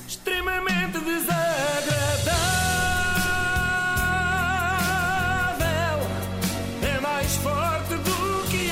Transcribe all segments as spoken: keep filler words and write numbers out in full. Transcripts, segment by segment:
extremamente desagradável. É mais forte do que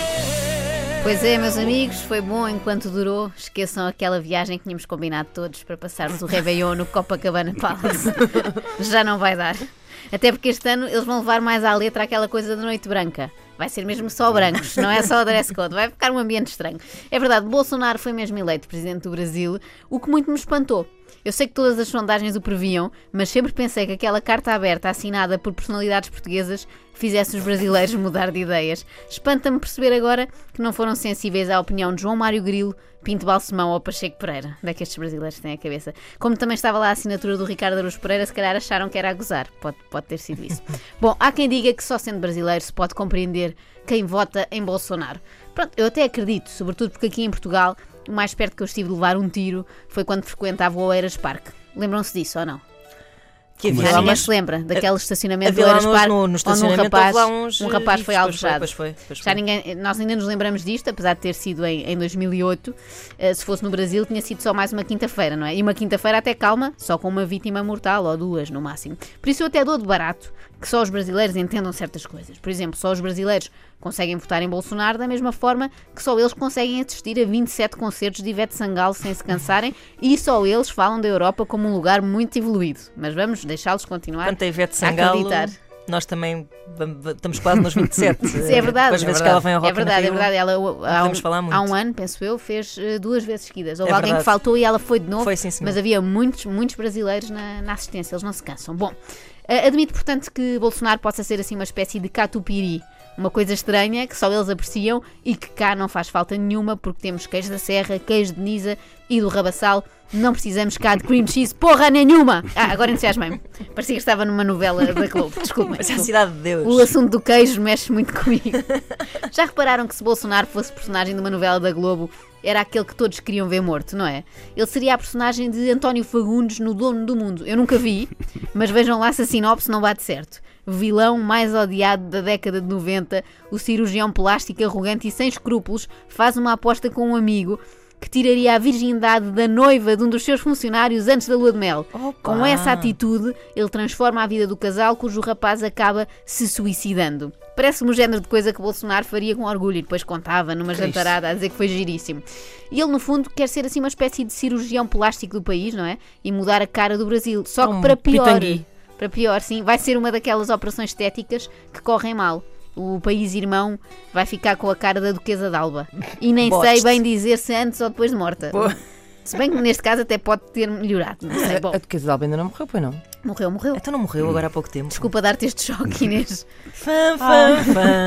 é. Pois é, meus amigos, foi bom enquanto durou. Esqueçam aquela viagem que tínhamos combinado todos para passarmos o Réveillon no Copacabana Palace. Já não vai dar. Até porque este ano eles vão levar mais à letra aquela coisa da noite branca. Vai ser mesmo só brancos, não é só o dress code. Vai ficar um ambiente estranho. É verdade, Bolsonaro foi mesmo eleito presidente do Brasil, o que muito me espantou. Eu sei que todas as sondagens o previam, mas sempre pensei que aquela carta aberta assinada por personalidades portuguesas fizesse os brasileiros mudar de ideias. Espanta-me perceber agora que não foram sensíveis à opinião de João Mário Grilo, Pinto Balsemão ou Pacheco Pereira. Onde é que estes brasileiros têm a cabeça? Como também estava lá a assinatura do Ricardo Araújo Pereira, se calhar acharam que era a gozar. Pode, pode ter sido isso. Bom, há quem diga que só sendo brasileiro se pode compreender quem vota em Bolsonaro. Pronto, eu até acredito, sobretudo porque aqui em Portugal o mais perto que eu estive de levar um tiro foi quando frequentava o Oeiras Parque. Lembram-se disso ou não? Que havia Já lá ninguém umas- se lembra daquele estacionamento do havia lá Oeiras no- Parque no- no onde um estacionamento rapaz, houve lá uns, um rapaz eh, foi vivos, alvejado. pois foi, pois foi, pois Já foi. ninguém, nós ainda nos lembramos disto, apesar de ter sido em, em dois mil e oito. Uh, se fosse no Brasil tinha sido só mais uma quinta-feira, não é? E uma quinta-feira até calma, só com uma vítima mortal ou duas no máximo. Por isso eu até dou de barato que só os brasileiros entendam certas coisas. Por exemplo, só os brasileiros conseguem votar em Bolsonaro da mesma forma que só eles conseguem assistir a vinte e sete concertos de Ivete Sangalo sem se cansarem, e só eles falam da Europa como um lugar muito evoluído. Mas vamos deixá-los continuar Quanto a Ivete a Sangalo, acreditar. nós também vamos- estamos quase nos vinte e sete. Sim, é verdade. Depois É vezes verdade. que ela vem ao Rock É verdade, in é Rio, verdade. Ela, há, podemos um, falar muito. há um ano, penso eu, fez uh, duas vezes seguidas. Houve É alguém verdade. que faltou e ela foi de novo, Foi, sim, senhor. mas havia muitos, muitos brasileiros na, na assistência, eles não se cansam. Bom, uh, admito, portanto, que Bolsonaro possa ser assim uma espécie de catupiry, uma coisa estranha que só eles apreciam e que cá não faz falta nenhuma, porque temos queijo da Serra, queijo de Nisa e do Rabassal. Não precisamos cá de cream cheese, porra nenhuma! Ah, agora entusiasmei-me. Parecia que estava numa novela da Globo. Desculpem. Mas é a desculpem. cidade de Deus. O assunto do queijo mexe muito comigo. Já repararam que se Bolsonaro fosse personagem de uma novela da Globo, era aquele que todos queriam ver morto, não é? Ele seria a personagem de António Fagundes no Dono do Mundo. Eu nunca vi, mas vejam lá se a sinopse não bate certo. Vilão mais odiado da década de noventa, o cirurgião plástico arrogante e sem escrúpulos faz uma aposta com um amigo que tiraria a virgindade da noiva de um dos seus funcionários antes da lua de mel. Opa! Com essa atitude, ele transforma a vida do casal, cujo rapaz acaba se suicidando. Parece-me o género de coisa que Bolsonaro faria com orgulho e depois contava numa Cristo. jantarada a dizer que foi giríssimo. E ele, no fundo, quer ser assim uma espécie de cirurgião plástico do país, não é? E mudar a cara do Brasil. Só que Um para pior... pitangui. Para pior, sim, vai ser uma daquelas operações estéticas que correm mal. O país irmão vai ficar com a cara da Duquesa d'Alba. E nem Boste. sei bem dizer se antes ou depois de morta. Pô. Se bem que neste caso até pode ter melhorado. Não sei. Bom, A Duquesa de Alba ainda não morreu, pois não? morreu, morreu. Então não morreu agora há pouco tempo. Desculpa dar-te este choque, Inês. Fã, fã,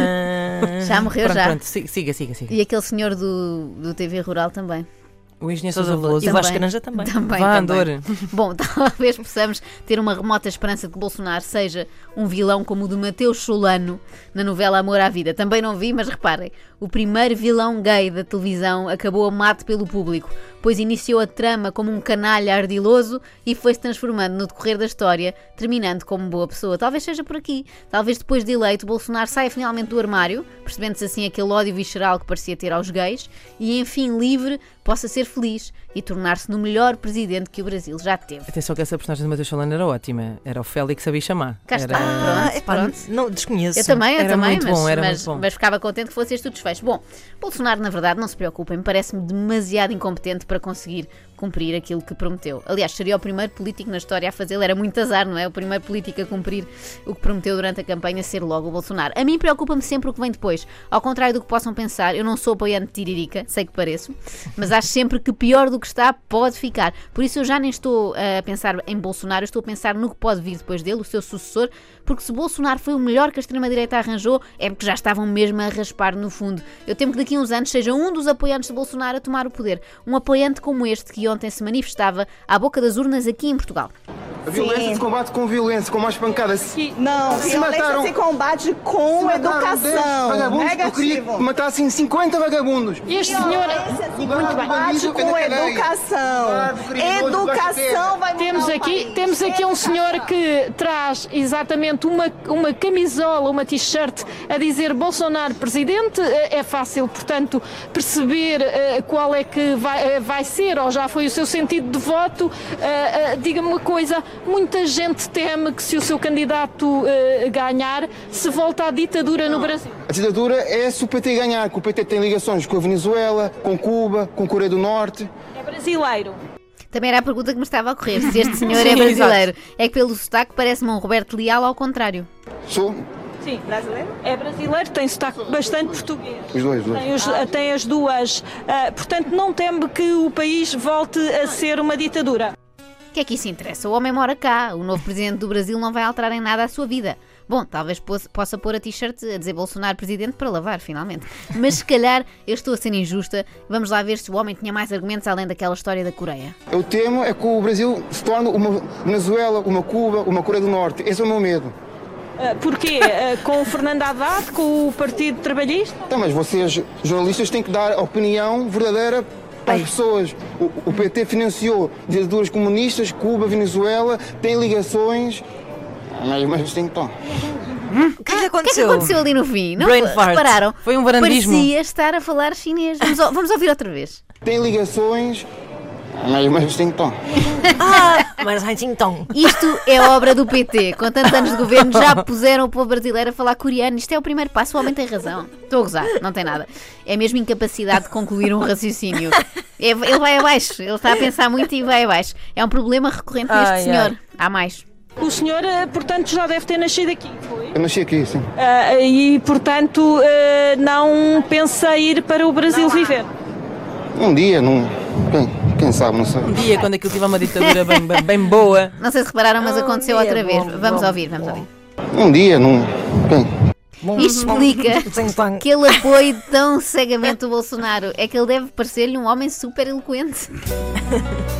fã. Já morreu, Pronto, já. pronto, siga, siga, siga. siga. E aquele senhor do, do T V Rural também. O engenheiro Sousa Sousa Veloso. Veloso. E o Vasco Também. Granja também. Também, Vá, também. Andor. Bom, talvez possamos ter uma remota esperança de que Bolsonaro seja um vilão como o de Mateus Solano na novela Amor à Vida. Também não vi, mas reparem, o primeiro vilão gay da televisão acabou a mate pelo público, pois iniciou a trama como um canalha ardiloso e foi-se transformando no decorrer da história, terminando como boa pessoa. Talvez seja por aqui. Talvez depois de eleito, Bolsonaro saia finalmente do armário, percebendo-se assim aquele ódio visceral que parecia ter aos gays, e enfim, livre, possa ser feliz e tornar-se no melhor presidente que o Brasil já teve. Atenção que essa personagem de Matheus Solano era ótima. Era o Félix sabia chamar. Cá Era... está. Ah, Pronto, epá, pronto. não, desconheço. Eu também, eu Era também, muito mas, bom, era mas, muito bom. mas ficava contente que fosse este o desfecho. Bom, Bolsonaro, na verdade, não se preocupem, parece-me demasiado incompetente para conseguir cumprir aquilo que prometeu. Aliás, seria o primeiro político na história a fazê-lo. Era muito azar, não é? O primeiro político a cumprir o que prometeu durante a campanha ser logo o Bolsonaro. A mim preocupa-me sempre o que vem depois. Ao contrário do que possam pensar, eu não sou apoiante de Tiririca, sei que pareço, mas acho sempre que pior do que está pode ficar. Por isso eu já nem estou a pensar em Bolsonaro, eu estou a pensar no que pode vir depois dele, o seu sucessor, porque se Bolsonaro foi o melhor que a extrema-direita arranjou, é porque já estavam mesmo a raspar no fundo. Eu temo que daqui a uns anos seja um dos apoiantes de Bolsonaro a tomar o poder. Um apoiante como este que ontem se manifestava à boca das urnas aqui em Portugal. A violência Sim. se combate com violência, com mais pancadas. Se Não, Se violência mataram- se combate com mataram dez educação. vagabundos, eu queria Negativo. que matassem cinquenta vagabundos. Este senhor Muito bem. combate com educação. Educação Educação vai Temos aqui, temos aqui um senhor que traz exatamente uma, uma camisola, uma t-shirt a dizer Bolsonaro presidente. É fácil, portanto, perceber uh, qual é que vai, uh, vai ser ou já foi o seu sentido de voto. Uh, uh, Diga-me uma coisa, muita gente teme que se o seu candidato uh, ganhar, se volta à ditadura no Brasil. A ditadura é se o P T ganhar, que o P T tem ligações com a Venezuela, com Cuba, com a Coreia do Norte. É brasileiro. Também era a pergunta que me estava a ocorrer, se este senhor é brasileiro. É que pelo sotaque parece-me um Roberto Leal ao contrário. Sou? Sim, brasileiro. É brasileiro, tem sotaque bastante português. Os dois, os dois. Tem, os, tem as duas. Uh, portanto, não teme que o país volte a ser uma ditadura. O que é que isso interessa? O homem mora cá, o novo presidente do Brasil não vai alterar em nada a sua vida. Bom, talvez possa pôr a t-shirt a dizer Bolsonaro presidente para lavar, finalmente. Mas se calhar eu estou a ser injusta. Vamos lá ver se o homem tinha mais argumentos além daquela história da Coreia. Eu temo é que o Brasil se torne uma Venezuela, uma Cuba, uma Coreia do Norte. Esse é o meu medo. Uh, porquê? Uh, com o Fernando Haddad, com o Partido Trabalhista? Então, mas vocês, jornalistas, têm que dar a opinião verdadeira para as pessoas. O, o P T financiou ditaduras comunistas, Cuba, Venezuela, tem ligações. Mas, mas tem que tomar. O que é que O que é que aconteceu? aconteceu ali no fim? Não Brain f- fart. repararam? Foi um varandismo. Parecia estar a falar chinês. Vamos, ou- vamos ouvir outra vez. Tem ligações. Mas, mas tem que tomar. Ah, mas então. Isto é obra do P T. Com tantos anos de governo já puseram o povo brasileiro a falar coreano. Isto é o primeiro passo, o homem tem razão. Estou a gozar, não tem nada. É mesmo incapacidade de concluir um raciocínio. É- Ele vai abaixo, ele está a pensar muito e vai abaixo. É um problema recorrente neste Ai, senhor. ai. Há mais. O senhor, uh, portanto, já deve ter nascido aqui, foi? Eu nasci aqui, sim. Uh, e, portanto, uh, não pensa ir para o Brasil viver? Um dia, não. Quem, quem sabe, não sei. Um dia, quando aquilo tiver uma ditadura bem, bem, bem boa. Não sei se repararam, mas Ah, aconteceu é outra vez. bom, Vamos bom, ouvir, vamos bom. ouvir. Um dia, não. Quem? Isto explica Então. aquele apoio tão cegamente do Bolsonaro. É que ele deve parecer-lhe um homem super eloquente.